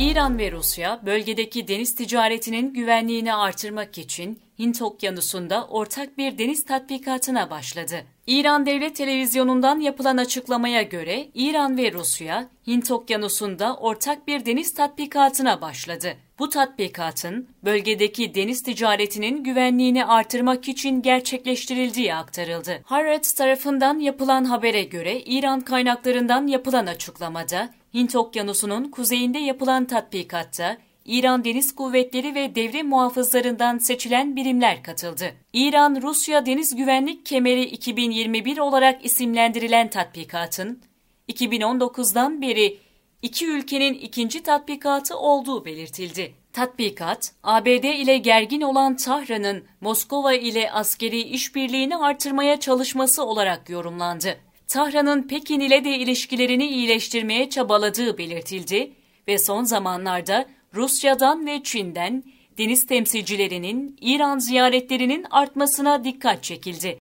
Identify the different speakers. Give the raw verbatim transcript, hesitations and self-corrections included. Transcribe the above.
Speaker 1: İran ve Rusya, bölgedeki deniz ticaretinin güvenliğini artırmak için Hint Okyanusu'nda ortak bir deniz tatbikatına başladı. İran Devlet Televizyonu'ndan yapılan açıklamaya göre İran ve Rusya, Hint Okyanusu'nda ortak bir deniz tatbikatına başladı. Bu tatbikatın bölgedeki deniz ticaretinin güvenliğini artırmak için gerçekleştirildiği aktarıldı. Haaretz tarafından yapılan habere göre İran kaynaklarından yapılan açıklamada, Hint Okyanusu'nun kuzeyinde yapılan tatbikatta İran Deniz Kuvvetleri ve devre muhafızlarından seçilen birimler katıldı. İran-Rusya Deniz Güvenlik Kemeri iki bin yirmi bir olarak isimlendirilen tatbikatın, iki bin on dokuzdan beri iki ülkenin ikinci tatbikatı olduğu belirtildi. Tatbikat, A B D ile gergin olan Tahran'ın Moskova ile askeri işbirliğini artırmaya çalışması olarak yorumlandı. Tahran'ın Pekin ile de ilişkilerini iyileştirmeye çabaladığı belirtildi ve son zamanlarda Rusya'dan ve Çin'den deniz temsilcilerinin İran ziyaretlerinin artmasına dikkat çekildi.